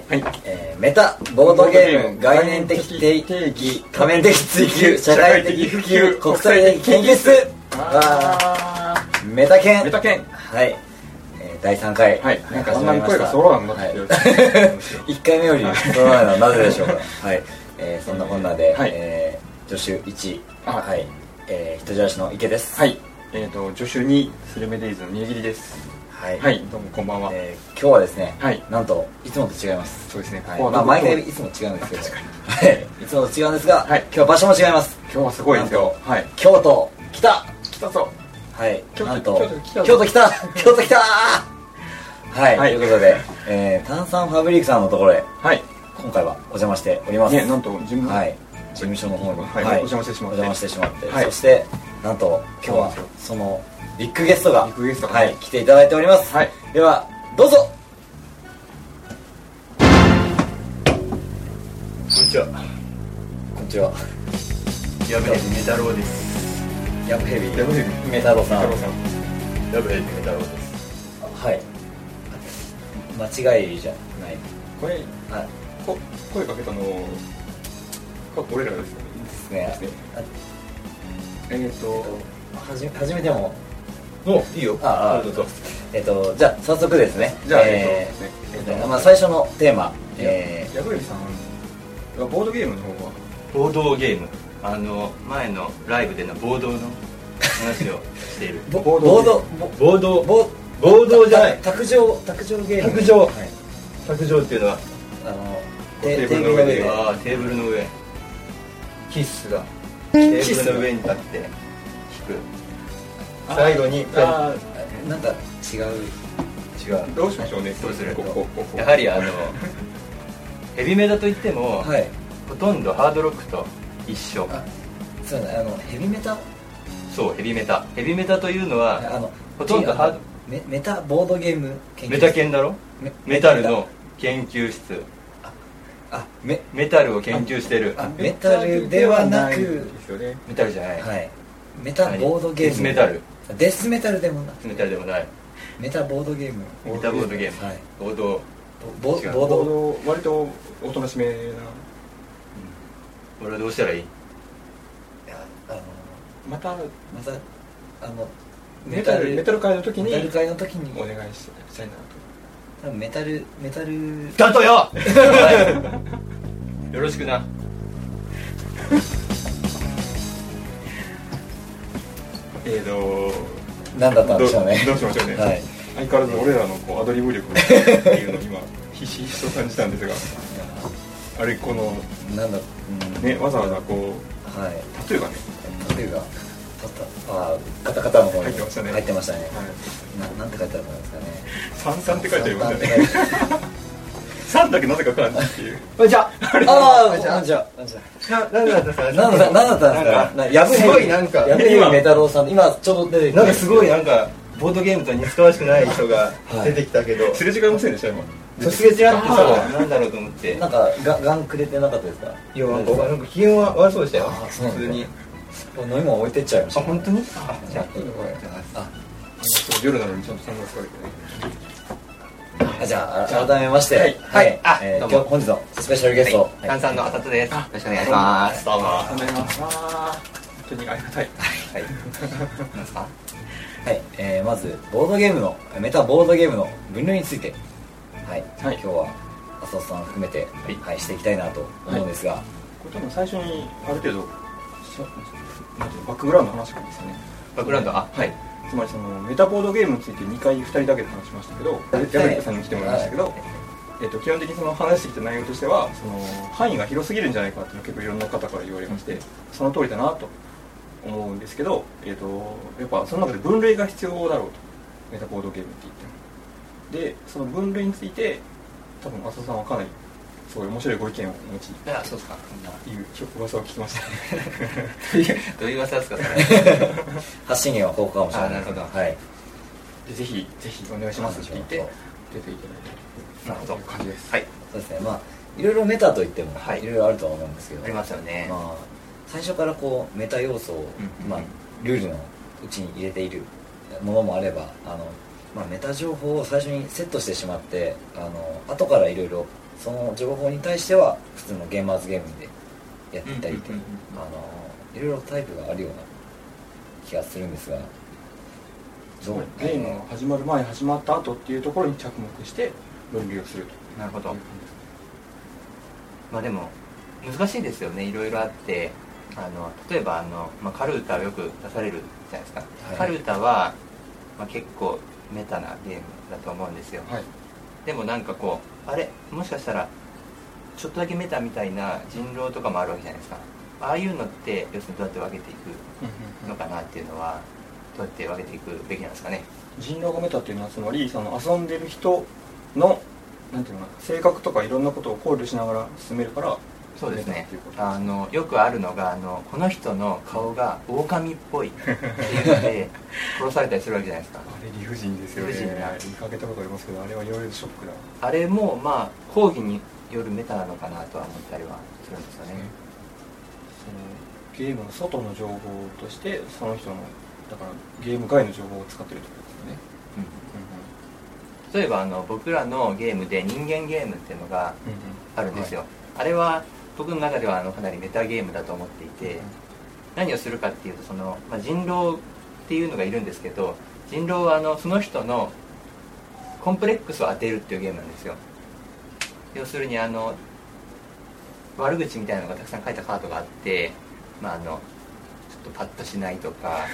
はい、 メタボードゲーム概念的定義多面的追求社会的普及国際的研究室メタ研はい、第3回、 はい、なんかあんなに声が揃わなくなってきて 1回目より揃わないのはなぜでしょうかはい、そんなこんなで、助手1はい、人じらしの池です。 はい、助手2スルメデイズの宮切です。はい、はい、どうもこんばんは。 今日はですね、 はい、 なんといつもと違います。 そうですね、 はい、まあ毎回いつも違うんですけど、はい、いつもと違うんですが、はい、今日は場所も違います。 今日はすごいですよ。はい、 京都来たぞ。 はい、なんと京都来たはい、ということで、炭酸ファブリックさんのところへ、はい、今回はお邪魔しております。 ね、なんと事務所の方に、 はい、お邪魔してしまって、 そしてなんと今日はそのビッグゲストが来ていただいております。ではどうぞ。 こんにちは。 こんにちは。 ヤブヘビメタロウです。 ヤブヘビメタロウさん。 ヤブヘビメタロウです。 はい。間違いじゃない。 これ、声かけたの俺らですね。 始めてもいいよ。 どうぞ。じゃあ早速ですね。 じゃあまあ最初のテーマ。 ヤブヘビさんはボードゲームの方はボードゲーム、前のライブでのボードの話をしている。 ボードじゃない。卓上ゲーム。 卓上っていうのはテーブルの上で。 テーブルの上。キッスがテーブルの上に立って引く。最後になんか違う。 どうしましょうね。 そうするとやはりヘビメタといっても、ほとんどハードロックと一緒。 そうね、ヘビメタ。 そう、ヘビメタというのはほとんどハードメタボードゲーム研究室。メタ研だろ。メタルの研究室。メタルを研究してる。 メタルではなくメタルじゃない。 はい。メタボードゲーム。デスメタルでもない。メタボードゲーム。 メタボードゲーム。はい。ボード割とおとなしめな。 俺はどうしたらいい？ またメタル会の時にお願いしたいなと。 多分メタルだとよ。よろしくな。 何だったんでしょうね。 どうしましょうね。相変わらず俺らのアドリブ力っていうのを今ひしひしと感じたんですが、あれね、わざわざタトゥーがカタの方に入ってましたね。 なんて書いてあるんですかね。 三々って書いてありましたね。3だけなぜか漢字っていう。 じゃあじゃあ何だったんですか。ヤブヘビメタロウさん、今ちょうど出てきて、 なんかすごいボードゲームと似つかわしくない人が出てきたけど、 すれ違いませんでした今。 すれ違ってさ、なんだろうと思って。 なんかガンくれてなかったですか。 いや、なんか機嫌は悪そうでしたよ。普通に。 飲み物置いてっちゃいました。 本当に？ じゃあ夜なのにちゃんとサングラスかけて。 じゃあ改めまして今日本日のスペシャルゲスト炭酸のあたつです。よろしくお願いします。どうも。 本当にありがたい。 何ですか？ まずメタボードゲームの分類について今日は浅田さん含めてしていきたいなと思うんですが、 これ多分最初にある程度バックグラウンドの話なんですよね。 バックグラウンド、 つまりそのメタボードゲームについて2回2人だけで話しましたけど、ヤブヘビさんに来てもらいましたけど、基本的にその話してきた内容としてはその範囲が広すぎるんじゃないかっていうのを結構いろんな方から言われまして、その通りだなと思うんですけど、やっぱその中で分類が必要だろうと、メタボードゲームって言っても。でその分類について多分浅田さんはかなりすごい面白いご意見をお持ち。 そうですか。 いう噂を聞きました。 どういう噂ですかそれ。 発信源はここかもしれない。 なるほど。 でぜひお願いしますって言って出ていただいて、なるほど感じです。そうですね。いろいろメタといってもいろいろあるとは思うんですけど、 ありますよね。 最初からメタ要素をルールのうちに入れているものもあれば、メタ情報を最初にセットしてしまって後からいろいろその情報に対しては普通のゲーマーズゲームでやっていたりと、いろいろタイプがあるような気がするんですが、 ゲームが始まる前始まった後っていうところに着目して分類をすると。 なるほど。まあでも難しいですよね。いろいろあって、例えばカルータはよく出されるじゃないですか、はい、カルータは、結構メタなゲームだと思うんですよ、はい、でもなんかこうあれもしかしたらちょっとだけメタみたいな人狼とかもあるわけじゃないですか。ああいうのって要するにどうやって分けていくのかなっていうのはどうやって分けていくべきなんですかね。 人狼がメタっていうのはつまりその遊んでる人のなんていうのかな、性格とかいろんなことを考慮しながら進めるから。 そうですね。よくあるのがこの人の顔が狼っぽいっていうので殺されたりするわけじゃないですか。 あれ理不尽ですよね。理不尽な見かけたことありますけど、あれは言われるショックだ。 あれも講義によるメタなのかなとは思ったりはするんですよね。 そのゲームの外の情報としてその人のだからゲーム外の情報を使ってるってことですよね。 例えば僕らのゲームで人間ゲームっていうのがあるんですよ、はい、あれは僕の中ではかなりメタゲームだと思っていて、何をするかっていうと人狼っていうのがいるんですけど、人狼はその人のコンプレックスを当てるっていうゲームなんですよ。要するに悪口みたいなのがたくさん書いたカードがあって、ちょっとパッとしないとか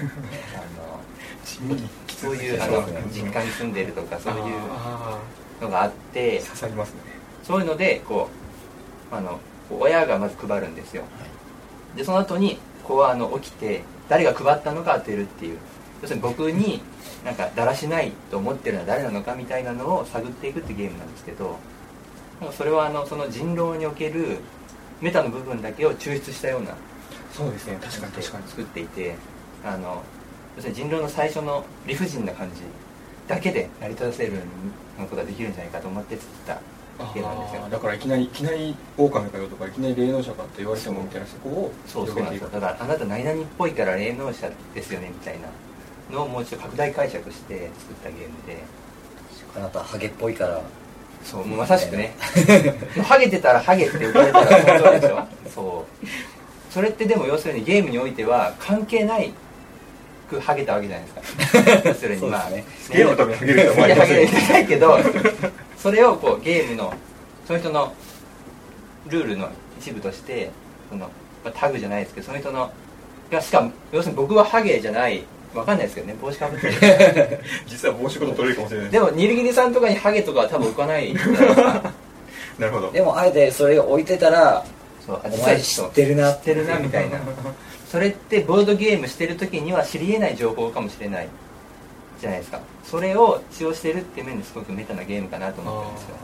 そういう実家に住んでるとかそういうのがあって刺さりますね。 そういうので親がまず配るんですよ。でその後に子は起きて誰が配ったのか当てるっていう、要するに僕になんかだらしないと思ってるのは誰なのかみたいなのを探っていくっていうゲームなんですけど、それはその人狼におけるメタの部分だけを抽出したような、 そうですね、確かに作っていて、要するに人狼の最初の理不尽な感じだけで成り立たせることができるんじゃないかと思って作ったゲームなんですよ。 だからいきなり狼かよとかいきなり霊能者かって言われてもみたいな、そこをそうなんですよ。だからあなた何々っぽいから霊能者ですよねみたいなのをもう一度拡大解釈して作ったゲームで、 あなたハゲっぽいからそうもうまさしくねハゲてたらハゲって言われたらその通りでしょそうそれってでも要するにゲームにおいては関係ないくハゲたわけじゃないですか要するにゲームのためにハゲるとは思いません。 ハゲないけどそれをゲームのその人のルールの一部としてタグじゃないですけど、その人のしかも要するに僕はハゲじゃないわかんないですけどね、帽子かぶってる実は帽子こと取れるかもしれないでもニルギリさんとかにハゲとかは多分浮かないなるほど。 でもあえてそれを置いてたらそうお前知ってるなみたいなそれってボードゲームしてる時には知り得ない情報かもしれないじゃないですか。それを使用してるっていう面ですごくメタなゲームかなと思ってるんですよ。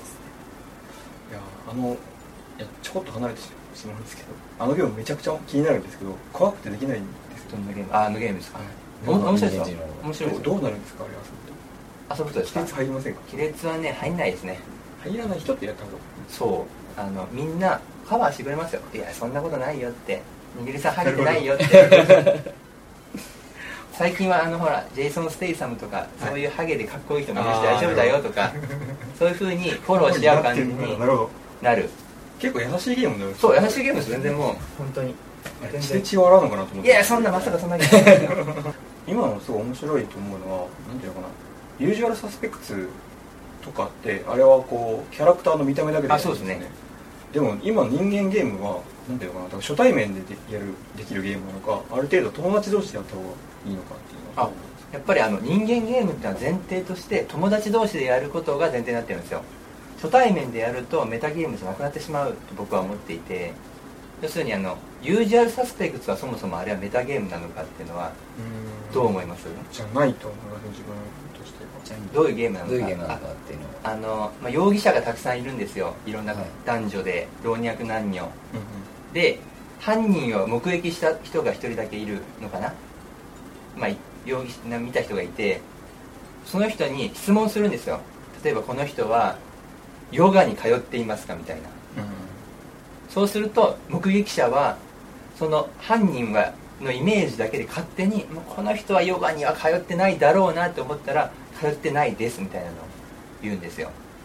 いやちょこっと離れてしまうんですけど、ゲームめちゃくちゃ気になるんですけど怖くてできないんですよ。 どんなゲーム？ゲームですか？面白いですか？面白いです。 どうなるんですかあれ遊ぶとですか？亀裂入りませんか？ 亀裂はね入んないですね。 入らない人ってやった方がそうみんなカバーしてくれますよ。いやそんなことないよって、にぎりさんハゲてないよって最近はほらジェイソン・ステイサムとか、そういうハゲでかっこいい人もいるし大丈夫だよとかそういう風にフォローし合う感じになる。 結構優しいゲームになる。 そう優しいゲームです。全然もう本当に血で血を洗うのかなと思って。 いやそんなまさかそんなゲーム今のすごい面白いと思うのはなんていうのかな、ユージュアルサスペクツとかってあれはキャラクターの見た目だけでそうですね。 でも今人間ゲームはなんていうのかな、初対面でできるゲームなのか、ある程度友達同士でやった方がいいのかっていうのはやっぱり人間ゲームってのは前提として友達同士でやることが前提になってるんですよ。初対面でやるとメタゲームじゃなくなってしまうと僕は思っていて、要するにユージュアルサスペクツはそもそもあれはメタゲームなのかっていうのはどう思います？ じゃないと思います。自分としてはじゃどういうゲームなのか、 どういうゲームなのかっていうのは容疑者がたくさんいるんですよ。いろんな男女で老若男女、で犯人を目撃した人が一人だけいるのかな、容疑者見た人がいて、その人に質問するんですよ。例えばこの人はヨガに通っていますかみたいな、そうすると目撃者はその犯人のイメージだけで勝手にもうこの人はヨガには通ってないだろうなと思ったら通ってないですみたいなのを言うんですよ。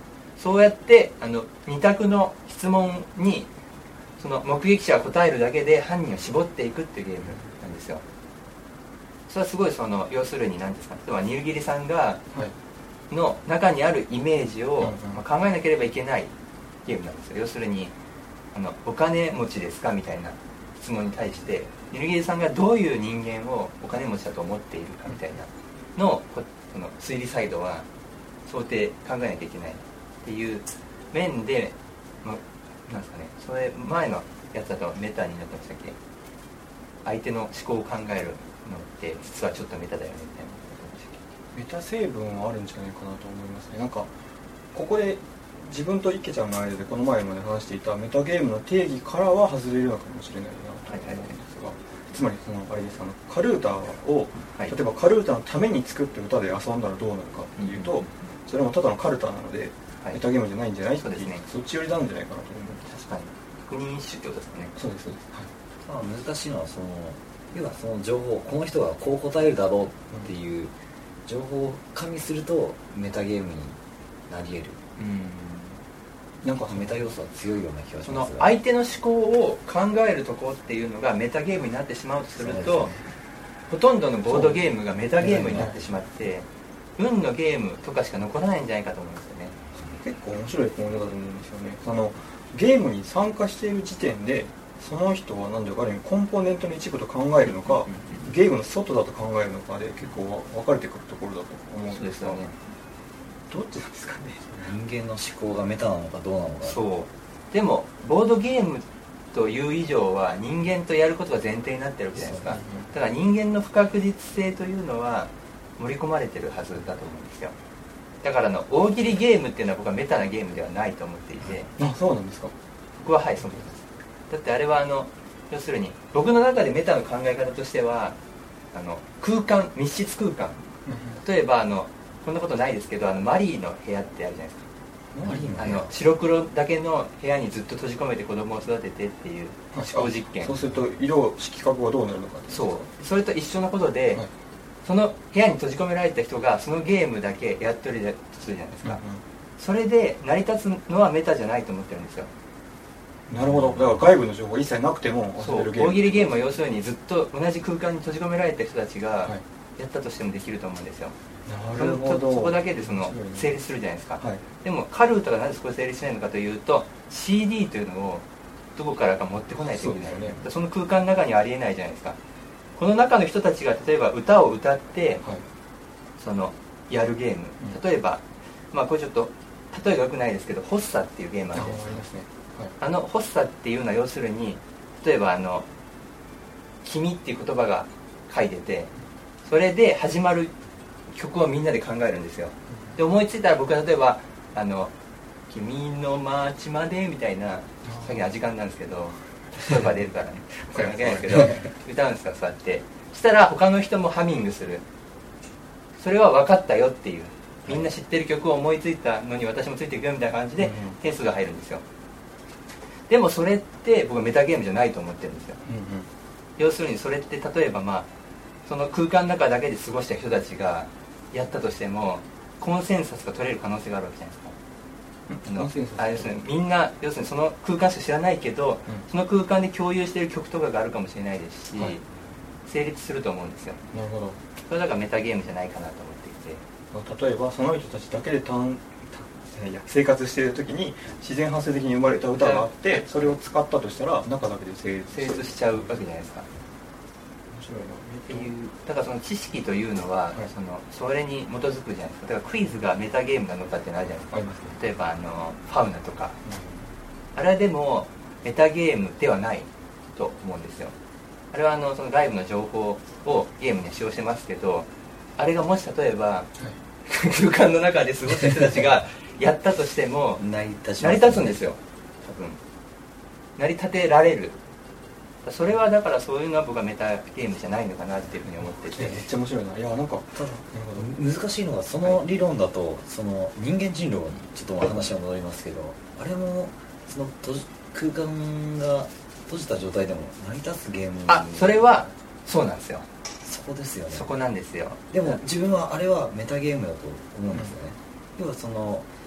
そうやって2択の質問にその目撃者が答えるだけで犯人を絞っていくっていうゲームなんですよ。それはすごい要するに何ですか、例えばニルギリさんが、の中にあるイメージを、考えなければいけないゲームなんですよ。要するにお金持ちですかみたいな質問に対してニルギリさんがどういう人間をお金持ちだと思っているかみたいなのをその推理サイドは想定考えなきゃいけないっていう面で、なんですかね、それ前のやつだとメタになってましたっけ、相手の思考を考えるのって実はちょっとメタだよねみたいな。 メタ成分はあるんじゃないかなと思いますね。なんかここで自分と池ちゃんの間でこの前まで話していたメタゲームの定義からは外れるのかもしれないなと思うんですが、つまりあれです、カルータを、例えばカルータのために作って歌で遊んだらどうなるかっていうと、それもただのカルタなので、メタゲームじゃないんじゃないっていう、そっち寄りなんじゃないかなと思います。 確かに確認主義ですかね。 そうですそうです、 難しいのは要はその情報、この人がこう答えるだろうっていう情報を加味するとメタゲームになり得る。なんかメタ要素は強いような気がしますが、 相手の思考を考えるところっていうのがメタゲームになってしまうとすると、ほとんどのボードゲームがメタゲームになってしまって運のゲームとかしか残らないんじゃないかと思うんですよね。 結構面白いポイントだと思うんですよね。ゲームに参加している時点でその人は何ていうかある意味コンポーネントの一部と考えるのか、ゲームの外だと考えるのかで結構分かれてくるところだと思うんですが、どっちなんですかね。 人間の思考がメタなのかどうなのか。 そうでもボードゲームという以上は人間とやることが前提になってるわけじゃないですか。だから人間の不確実性というのは盛り込まれてるはずだと思うんですよ。だから大喜利ゲームっていうのは僕はメタなゲームではないと思っていて。 あ、そうなんですか。 僕ははい、そう思います。だってあれは要するに僕の中でメタの考え方としては空間、密室空間、例えばこんなことないですけどマリーの部屋ってあるじゃないですか。白黒だけの部屋にずっと閉じ込めて子供を育ててっていう思考実験。 そうすると色角はどうなるのか。 それと一緒のことで、その部屋に閉じ込められた人がそのゲームだけやってるとするじゃないですか。それで成り立つのはメタじゃないと思ってるんですよ。 なるほど。だから外部の情報一切なくても遊べるゲーム。 大喜利ゲームは要するにずっと同じ空間に閉じ込められた人たちがやったとしてもできると思うんですよ。 なるほど。 そこだけで成立するじゃないですか。でもカルータがなぜそこで成立しないのかというと CD というのをどこからか持ってこないといけない。その空間の中にはありえないじゃないですか。この中の人たちが例えば歌を歌ってやるゲーム、例えばこれちょっと例えが良くないですけどホッサっていうゲームあるんです。ホッサっていうのは要するに例えば君っていう言葉が書いてて、それで始まる曲をみんなで考えるんですよ。で思いついたら僕は例えば君の街までみたいな、さっきの時間なんですけど言葉出るからねこれ関係ないですけど歌うんですか、そうやって。そしたら他の人もハミングする。それは分かったよっていう、みんな知ってる曲を思いついたのに私もついていくよみたいな感じで点数が入るんですよ。でもそれって僕はメタゲームじゃないと思ってるんですよ。要するにそれって例えばその空間の中だけで過ごした人たちがやったとしてもコンセンサスが取れる可能性があるわけじゃないですか。要するにみんな要するにその空間しか知らないけど、その空間で共有している曲とかがあるかもしれないですし、成立すると思うんですよ。 なるほど。 それだからメタゲームじゃないかなと思っていて、 例えばその人たちだけで生活している時に自然発生的に生まれた歌があってそれを使ったとしたら中だけで成立しちゃうわけじゃないですか。 面白いなっていう。だからその知識というのは、それに基づくじゃないですか。だからクイズがメタゲームなのかっていうのあるじゃないですか。例えばファウナとか、あれはでもメタゲームではないと思うんですよ。あれはその外部の情報をゲームには使用してますけど、あれがもし例えば、空間の中で過ごした人たちがやったとしても成り立つんですよ。多分成り立てられる。それはだからそういうのは僕はメタゲームじゃないのかなっていうふうに思ってて。 めっちゃ面白いな。いやなんかただ難しいのがその理論だと人間人狼にちょっと話は戻りますけど、あれも空間が閉じた状態でも成り立つゲーム。 それはそうなんですよ。 そこですよね。 そこなんですよ。 でも自分はあれはメタゲームだと思うんですよね。要は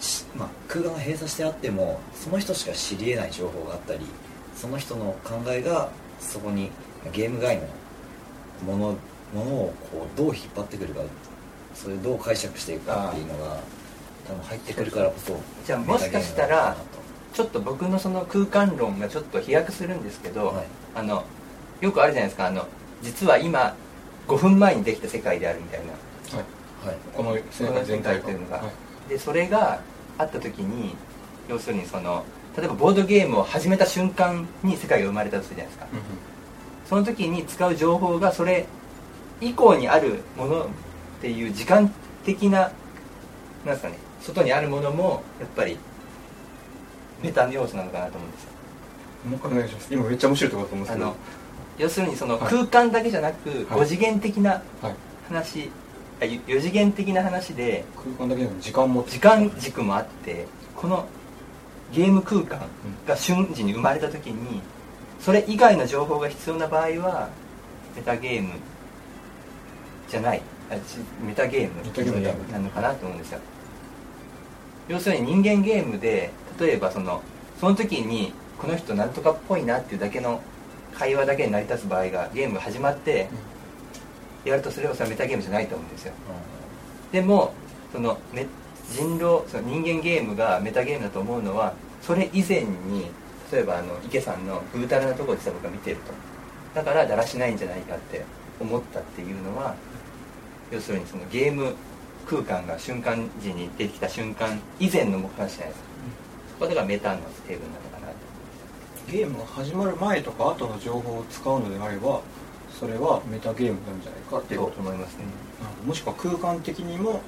空間が閉鎖してあってもその人しか知り得ない情報があったり、その人の考えがそこにゲーム外のものをこうどう引っ張ってくるか、それをどう解釈していくかっていうのが多分入ってくるからこそ。 じゃあもしかしたらちょっと僕のその空間論がちょっと飛躍するんですけど、はい、よくあるじゃないですか、実は今5分前にできた世界であるみたいな、 はいはい、この世界全体というのが、はい、でそれがあった時に、要するに例えばボードゲームを始めた瞬間に世界が生まれたとするじゃないですか、その時に使う情報がそれ以降にあるものっていう時間的な、なんですかね、外にあるものもやっぱりメタの要素なのかなと思うんですよ。 もう一回お願いします。今めっちゃ面白いところだと思うんですけど、 要するにその空間だけじゃなく、5次元的な話、4次元的な話で、 空間だけじゃなく時間も時間軸もあって、このゲーム空間が瞬時に生まれた時にそれ以外の情報が必要な場合はメタゲームじゃない、メタゲームなのかなと思うんですよ。要するに人間ゲームで例えばその時にこの人なんとかっぽいなっていうだけの会話だけに成り立つ場合がゲームが始まってやるとすればそれはメタゲームじゃないと思うんですよ。でもその人間ゲームがメタゲームだと思うのは、それ以前に例えば池さんのぐうたらなところで僕が見てると、だからだらしないんじゃないかって思ったっていうのは、要するにそのゲーム空間が瞬間時に出てきた瞬間以前の話じゃないですか。そこがメタの成分なのかなと。 ゲームが始まる前とか後の情報を使うのであれば、それはメタゲームなんじゃないかっていうこと思いますね。 もしくは空間的にも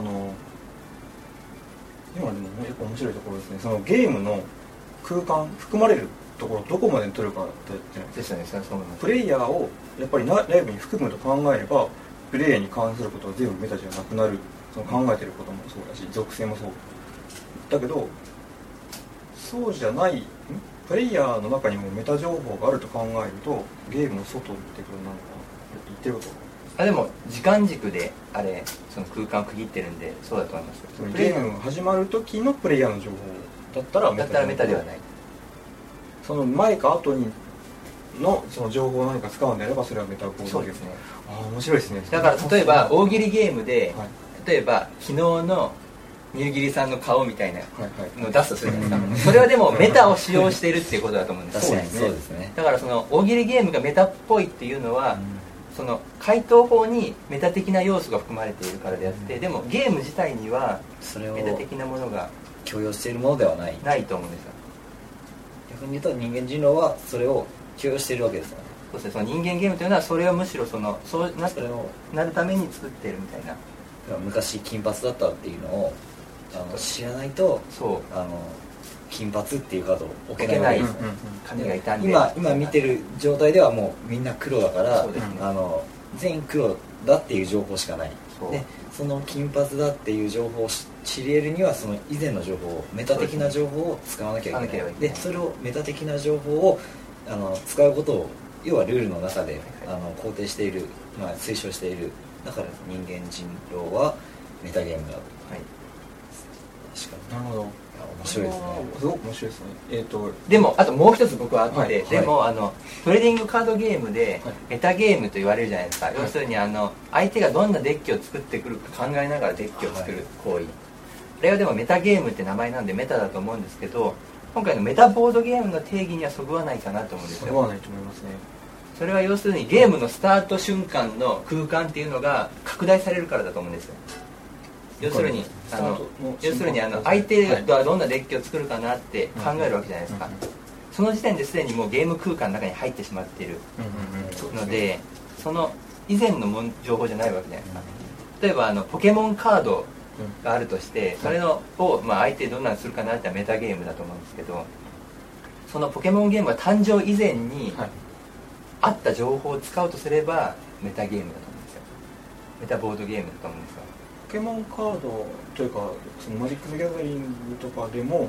今でもやっぱ面白いところですね。そのゲームの空間含まれるところどこまで取るかですよね。そう思います。 プレイヤーをやっぱり内部に含むと考えれば、プレイヤーに関することは全部メタじゃなくなる。その考えてることもそうだし、属性もそうだけど、そうじゃないプレイヤーの中にもメタ情報があると考えると、ゲームの外ってことなのかな、言ってることでも時間軸でその空間を区切ってるんでそうだと思います。 ゲームが始まる時のプレイヤーの情報だったらメタではない。 その前か後にのその情報を何か使うんであれば、それはメタボードゲーム。 そうですね。 面白いですね。 だから例えば大喜利ゲームで、例えば昨日のニューギリさんの顔みたいなのを出すとするじゃないですか。それはでもメタを使用しているっていうことだと思うんですよ。 そうですね。 だからその大喜利ゲームがメタっぽいっていうのは、その回答法にメタ的な要素が含まれているからであって、でもゲーム自体にはメタ的なものが許容しているものではないと思うんですよ。 逆に言うと人間人狼はそれを許容しているわけですよね。 そうですね。その人間ゲームというのはそれをむしろそうなるために作っているみたいな。 昔金髪だったっていうのを知らないと、金髪っていうカードを置けないわけですね。 金がいたんで今見てる状態ではもうみんな黒だから、全員黒だっていう情報しかない。でその金髪だっていう情報を知り得るには、その以前の情報、メタ的な情報を使わなきゃいけない。でそれをメタ的な情報を使うことを要はルールの中で肯定している、推奨している。だから人間人狼はメタゲームだ。確かに。 なるほど。 面白いですね。 すごく面白いですね。 でもあともう一つ僕はあって、でもトレーディングカードゲームでメタゲームと言われるじゃないですか。要するに相手がどんなデッキを作ってくるか考えながらデッキを作る行為。あれはでもメタゲームって名前なんでメタだと思うんですけど、今回のメタボードゲームの定義にはそぐわないかなと思うんですよ。 そぐわないと思いますね。 それは要するにゲームのスタート瞬間の空間っていうのが拡大されるからだと思うんですよ。要するに相手がどんなデッキを作るかなって考えるわけじゃないですか。その時点ですでにもうゲーム空間の中に入ってしまっているので、その以前の情報じゃないわけじゃないですか。例えばポケモンカードがあるとして、それを相手どんなのするかなってメタゲームだと思うんですけど、そのポケモンゲームが誕生以前にあった情報を使うとすればメタゲームだと思うんですよ。メタボードゲームだと思うんですよ。 ポケモンカードというか、そのマジック・ザ・ギャザリングとかでも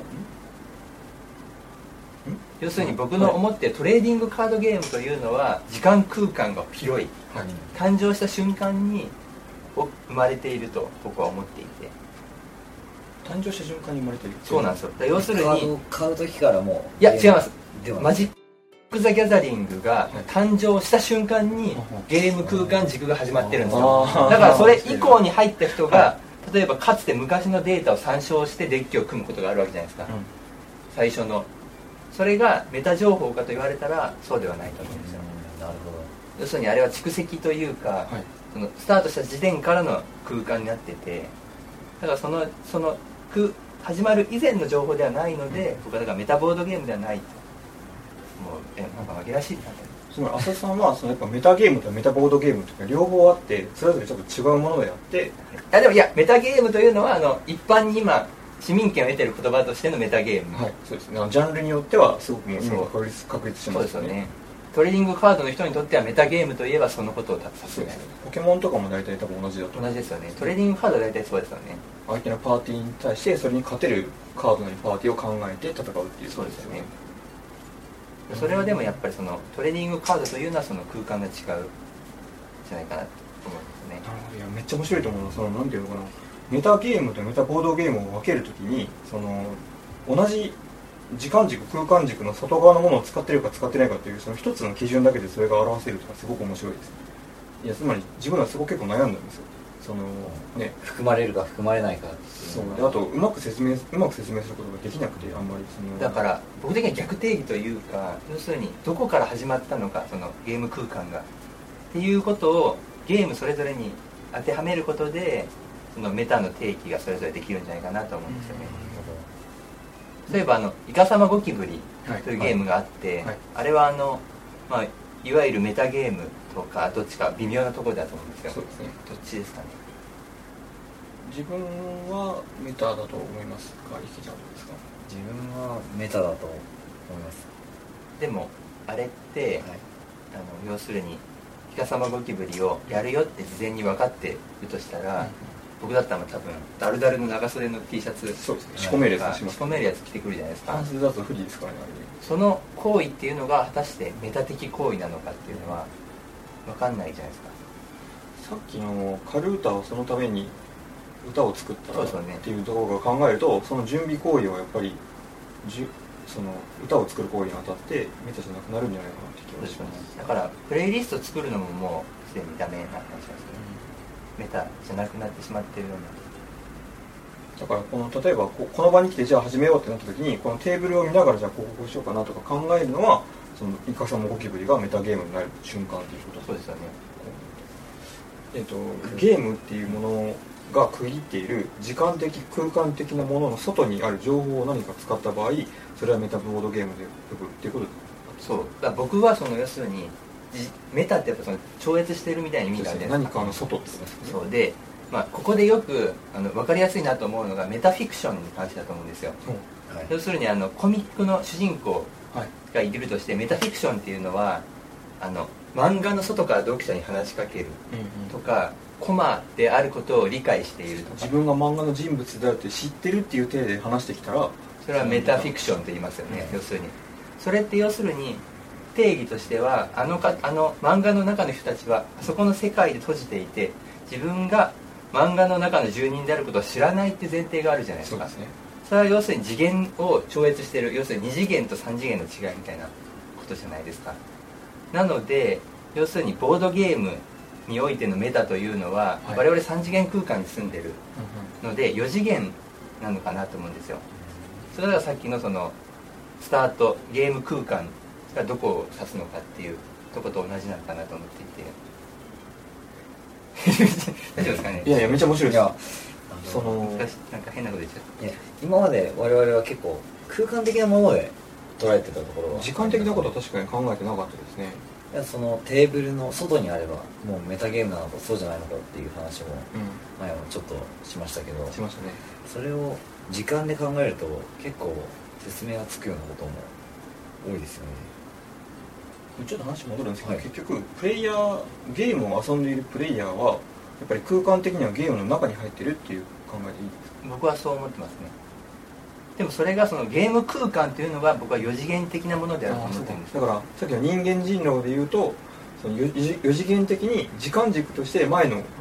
要するに僕の思っているトレーディングカードゲームというのは時間空間が広い、誕生した瞬間に生まれていると僕は思っていて、 誕生した瞬間に生まれてる。 そうなんですよ。要するにカードを買う時からもういや違います。 ではマジック・ザ・ギャザリングが誕生した瞬間にゲーム空間軸が始まってるんですよ。だからそれ以降に入った人が例えばかつて昔のデータを参照してデッキを組むことがあるわけじゃないですか、最初のそれがメタ情報かと言われたらそうではないと思うんですよ。 なるほど。 要するにあれは蓄積というか、そのスタートした時点からの空間になってて、だからその始まる以前の情報ではないので、僕はだからメタボードゲームではないともうなんか紛らしいなと。 つまり浅田さんはそのやっぱメタゲームとメタボードゲームとか両方あってそれぞれちょっと違うものであって、 いやメタゲームというのは一般に今市民権を得ている言葉としてのメタゲーム、 はい、そうですね。ジャンルによってはすごくもう今が確立してますね。 そうですよね。トレーディングカードの人にとってはメタゲームといえばそのことを指すぐらい。 ポケモンとかも大体多分同じだと思う。 同じですよね。トレーディングカードは大体そうですよね。 相手のパーティーに対してそれに勝てるカードなりパーティーを考えて戦うっていう。 そうですよね。それはでもやっぱりそのトレーディングカードというのはその空間が違うじゃないかなと思うんですね。 なるほど。いやめっちゃ面白いと思うのはそのなんていうのかな、メタゲームとメタボードゲームを分けるときにその同じ時間軸空間軸の外側のものを使ってるか使ってないかというその一つの基準だけでそれが表せるとかすごく面白いです。いやつまり自分はすごく結構悩んだんですよ。そのね、 含まれるか含まれないかっていう。 そうで、あとうまく説明することができなくてあんまりそのだから僕的には逆定義というか、要するにどこから始まったのかそのゲーム空間がっていうことをゲームそれぞれに当てはめることでそのメタの定義がそれぞれできるんじゃないかなと思うんですよね。例えばイカサマゴキブリというゲームがあって、あれはまあ、いわゆるメタゲームとかどっちか微妙なところだと思うんですよ。 そうですね。 どっちですかね。 自分はメタだと思いますか、池ちゃんどうですか。 自分はメタだと思います。 でもあれって、要するにイカサマゴキブリをやるよって事前に分かってるとしたら、僕だったら多分ダルダルの長袖の T シャツ、 そうですね、仕込めるやつします。 仕込めるやつ着てくるじゃないですか。 半袖だと不利ですからね、あれ。 その行為っていうのが果たしてメタ的行為なのかっていうのは分かんないじゃないですか。 さっきのカルータをそのために歌を作ったそうですよねっていうところが考えると、その準備行為はやっぱりその歌を作る行為にあたってメタじゃなくなるんじゃないかなって気がします。 だからプレイリスト作るのももうすでにダメな感じですね。メタじゃなくなってしまってるような。 だから例えばこの場に来てじゃあ始めようってなった時にこのテーブルを見ながらじゃあこうしようかなとか考えるのはそのイカサマゴキブリがメタゲームになる瞬間っていうこと。 そうですよね。 ゲームっていうものが区切っている時間的空間的なものの外にある情報を何か使った場合、それはメタボードゲームで呼ぶっていうことですか。 そうだから僕は要するにメタってやっぱ超越してるみたいに見たんで、 何かの外って言いますね。 そうで、ここでよく分かりやすいなと思うのがメタフィクションに関してだと思うんですよ、要するにコミックの主人公がいるとして、メタフィクションっていうのは漫画の外から読者に話しかけるとか、コマであることを理解しているとか、 自分が漫画の人物であるって知ってるっていう体で話してきたらそれはメタフィクションと言いますよね、要するに。それって要するに定義としては漫画の中の人たちはそこの世界で閉じていて自分が漫画の中の住人であることを知らないって前提があるじゃないですか。 そうですね。 それは要するに次元を超越している、要するに2次元と3次元の違いみたいなことじゃないですか。なので要するにボードゲームにおいてのメタというのは、我々3次元空間に住んでるので4次元なのかなと思うんですよ。それがさっきのそのスタートゲーム空間がどこを指すのかっていうとこと同じなのかなと思っていて大丈夫ですかね。 いやめっちゃ面白いです。 なんか変なこと言っちゃった。 いや今まで我々は結構空間的なもので捉えてたところは、 時間的なことは確かに考えてなかったですね。 いやそのテーブルの外にあればもうメタゲームなのかそうじゃないのかっていう話も前はちょっとしましたけど、 しましたね。 それを時間で考えると結構説明がつくようなことも多いですよね。 ちょっと話戻るんですけど、結局ゲームを遊んでいるプレイヤーはやっぱり空間的にはゲームの中に入ってるっていう考えでいいですか。 僕はそう思ってますね。でもそれがそのゲーム空間というのが僕は4次元的なものであると思ってるんです。 だからさっきの人間人狼でいうとその4次元的に時間軸として前の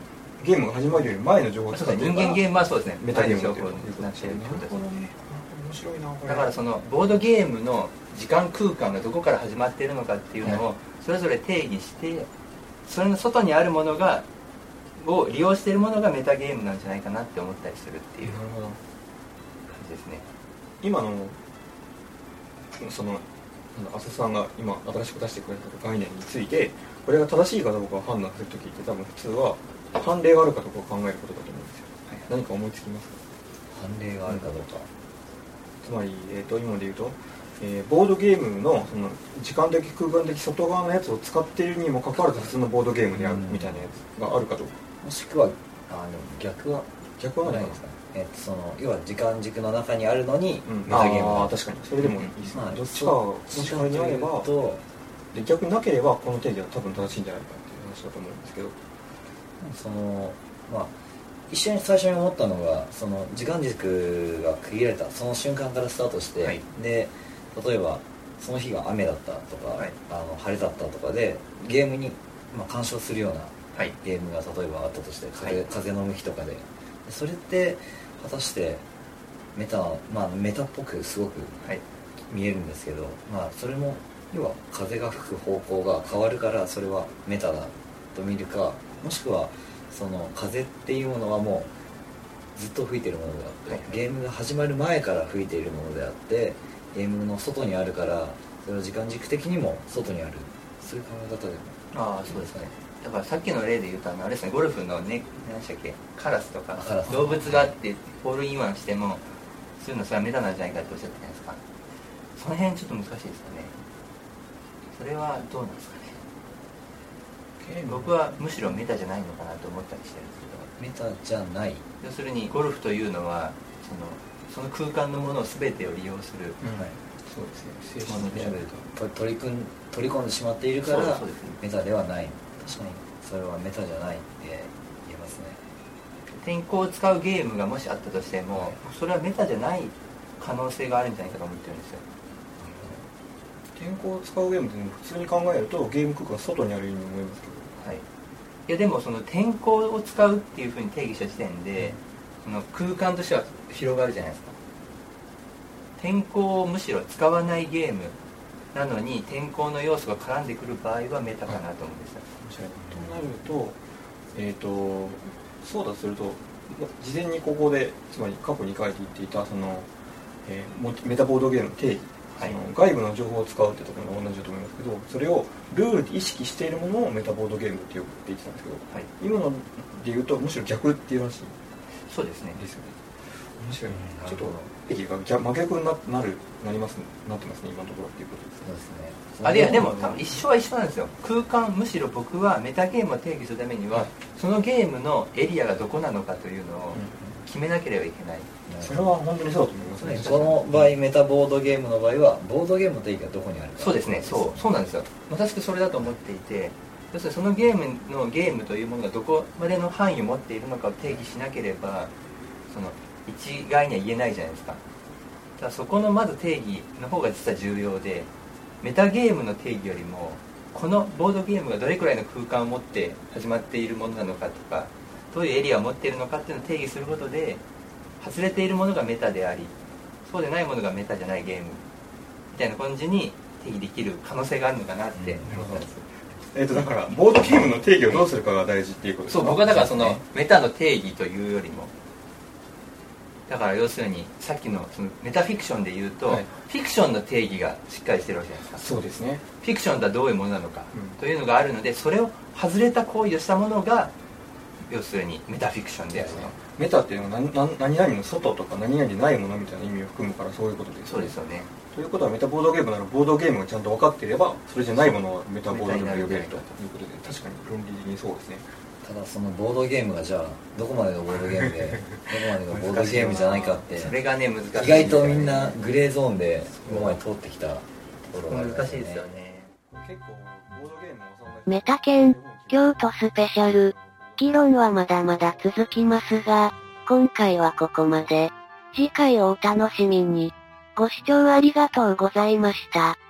ゲームが始まるより前の情報を使ってるから人間ゲームはそうですねメタゲーム情報というになってるってことですね。 面白いなこれ。 だからそのボードゲームの時間空間がどこから始まっているのかっていうのをそれぞれ定義して、それの外にあるものを利用しているものがメタゲームなんじゃないかなって思ったりするっていう感じですね。 今のその浅田さんが今新しく出してくれた概念について、これが正しいかどうかを判断するときって多分普通は判例があるかどうかを考えることだと思うんですよ、はい、何か思いつきますか？ 判例があるかどうか、 つまり、今で言うと、ボードゲームのその時間的空間的外側のやつを使っているにもかかわらず普通のボードゲームであるみたいなやつがあるかどうか、 もしくはでも逆はないですかね。その要は時間軸の中にあるのにメメタゲームああ確かにそれでもいいですね、どっちかがもし仮にあればとで逆になければこの定義は多分正しいんじゃないかっていう話だと思うんですけど、 その一緒に最初に思ったのがその時間軸が区切られたその瞬間からスタートして、 はい、 で例えばその日が雨だったとか、 はい、 晴れだったとかでゲームに、干渉するようなはい、 ゲームが例えばあったとして、風の向きとかでそれって果たしてメタっぽくすごく見えるんですけど、それも要は風が吹く方向が変わるからそれはメタだと見るか、もしくはその風っていうものはもうずっと吹いているものであって、ゲームが始まる前から吹いているものであってゲームの外にあるからそれは時間軸的にも外にある、そういう考え方でもそうですね。だからさっきの例で言うとあれですね、ゴルフのね、何でしたっけ、カラスとか動物があってホールインワンしてもそういうのそれはメタなんじゃないかっておっしゃったじゃないですか。その辺ちょっと難しいですよね。それはどうなんですかね。僕はむしろメタじゃないのかなと思ったりしてるんですけど。 メタじゃない、 要するにゴルフというのはその空間のものを全てを利用する、 そうですね、 ものであると取り込んでしまっているからそうですね、 メタではない。確かにそれはメタじゃないって言えますね。 天候を使うゲームがもしあったとしても、それはメタじゃない可能性があるんじゃないかと思ってるんですよ。 天候を使うゲームって普通に考えるとゲーム空間が外にあるように思いますけど、 はい、いやでもその天候を使うっていうふうに定義した時点で、その空間としては広がるじゃないですか。天候をむしろ使わないゲームなのに天候の要素が絡んでくる場合はメタかなと思うんですよ。 となると、そうだとすると事前にここでつまり過去に書いていっていたその、メタボードゲームの定義、その外部の情報を使うってところが同じだと思いますけど、それをルールで意識しているものをメタボードゲームってよく言ってたんですけど、今ので言うとむしろ逆っていうらしい。 そうですね。 ですよね。面白い。ちょっと定義が真逆になってますね、今のところっていうことですね。 そうですね。 いやでも多分一緒は一緒なんですよ。空間、むしろ僕はメタゲームを定義するためには、そのゲームのエリアがどこなのかというのを決めなければいけない。 それは本当にそうだと思いますね。 この場合メタボードゲームの場合はボードゲームの定義がどこにあるか。 そうですね。そうなんですよ。まさしくそれだと思っていて、要するにそのゲームというものがどこまでの範囲を持っているのかを定義しなければ、その一概には言えないじゃないですか。だからそこのまず定義の方が実は重要で、メタゲームの定義よりもこのボードゲームがどれくらいの空間を持って始まっているものなのかとか、どういうエリアを持っているのかっていうのを定義することで、外れているものがメタでありそうでないものがメタじゃないゲームみたいな感じに定義できる可能性があるのかなって思ったんです。 だからボードゲームの定義をどうするかが大事っていうことですか。 そう、僕はだからそのメタの定義というよりも、だから要するにさっきのそのメタフィクションで言うと、フィクションの定義がしっかりしてるわけじゃないですか。 そうですね。 フィクションとはどういうものなのかというのがあるので、それを外れた行為をしたものが要するにメタフィクションであると。 メタっていうのは何々の外とか何々でないものみたいな意味を含むから、そういうことです、ね。 そうですよね。 ということはメタボードゲームならボードゲームがちゃんと分かっていれば、それじゃないものはメタボードゲームと呼べるということで、確かに論理的にそうですね。 ただそのボードゲームがじゃあどこまでのボードゲームでどこまでのボードゲームじゃないかってそれがね難しい、 意外とみんなグレーゾーンで今まで通ってきたところがある、 難しいですよね。 結構ボードゲームもそんなメタ研京都スペシャル。議論はまだまだ続きますが、今回はここまで。次回をお楽しみに。ご視聴ありがとうございました。